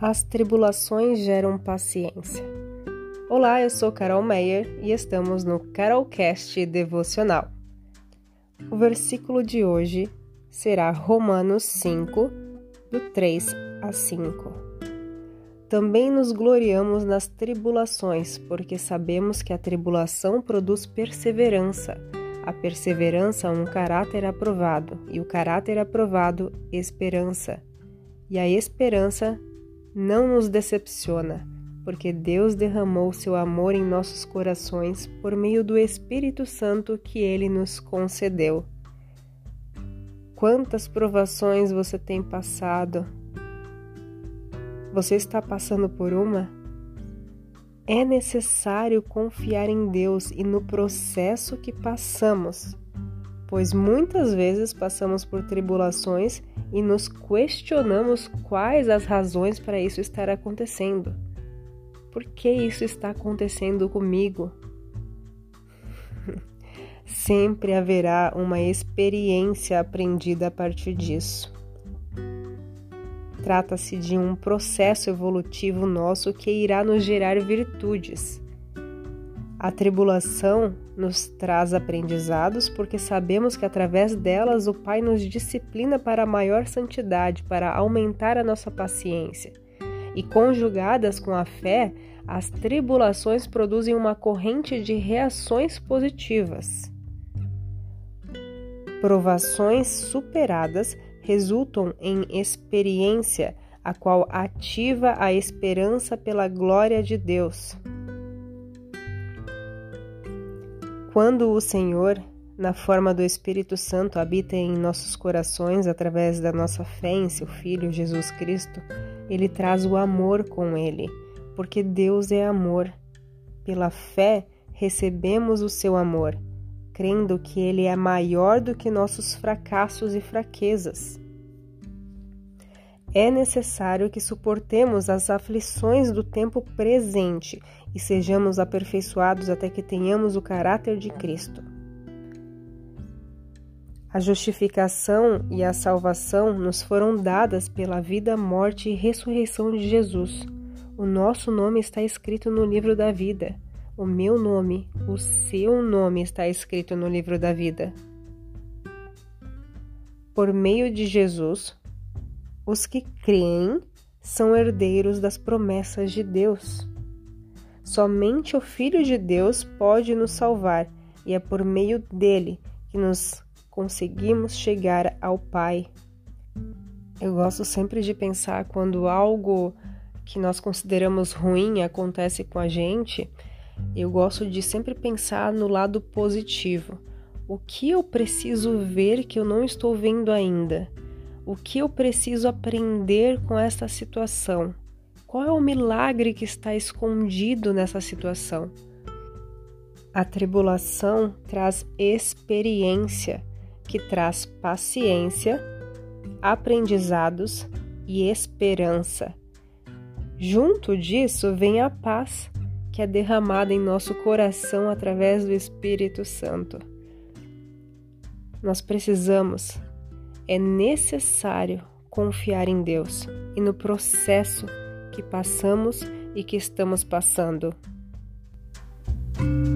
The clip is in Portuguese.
As tribulações geram paciência. Olá, eu sou Carol Meyer e estamos no Carolcast Devocional. O versículo de hoje será Romanos 5, do 3 a 5. Também nos gloriamos nas tribulações, porque sabemos que a tribulação produz perseverança. A perseverança, um caráter aprovado, e o caráter aprovado, esperança. E a esperança não nos decepciona, porque Deus derramou seu amor em nossos corações por meio do Espírito Santo que Ele nos concedeu. Quantas provações você tem passado? Você está passando por uma? É necessário confiar em Deus e no processo que passamos, pois muitas vezes passamos por tribulações e nos questionamos quais as razões para isso estar acontecendo. Por que isso está acontecendo comigo? Sempre haverá uma experiência aprendida a partir disso. Trata-se de um processo evolutivo nosso que irá nos gerar virtudes. A tribulação nos traz aprendizados porque sabemos que através delas o Pai nos disciplina para a maior santidade, para aumentar a nossa paciência. E conjugadas com a fé, as tribulações produzem uma corrente de reações positivas. Provações superadas resultam em experiência, a qual ativa a esperança pela glória de Deus. Quando o Senhor, na forma do Espírito Santo, habita em nossos corações através da nossa fé em seu Filho, Jesus Cristo, Ele traz o amor com Ele, porque Deus é amor. Pela fé, recebemos o seu amor, crendo que Ele é maior do que nossos fracassos e fraquezas. É necessário que suportemos as aflições do tempo presente e sejamos aperfeiçoados até que tenhamos o caráter de Cristo. A justificação e a salvação nos foram dadas pela vida, morte e ressurreição de Jesus. O nosso nome está escrito no livro da vida. O meu nome, o seu nome está escrito no livro da vida. Por meio de Jesus, os que creem são herdeiros das promessas de Deus. Somente o Filho de Deus pode nos salvar e é por meio dele que nós conseguimos chegar ao Pai. Eu gosto sempre de pensar quando algo que nós consideramos ruim acontece com a gente, eu gosto de sempre pensar no lado positivo. O que eu preciso ver que eu não estou vendo ainda? O que eu preciso aprender com esta situação? Qual é o milagre que está escondido nessa situação? A tribulação traz experiência, que traz paciência, aprendizados e esperança. Junto disso vem a paz, que é derramada em nosso coração através do Espírito Santo. Nós precisamos, é necessário confiar em Deus e no processo que passamos e que estamos passando.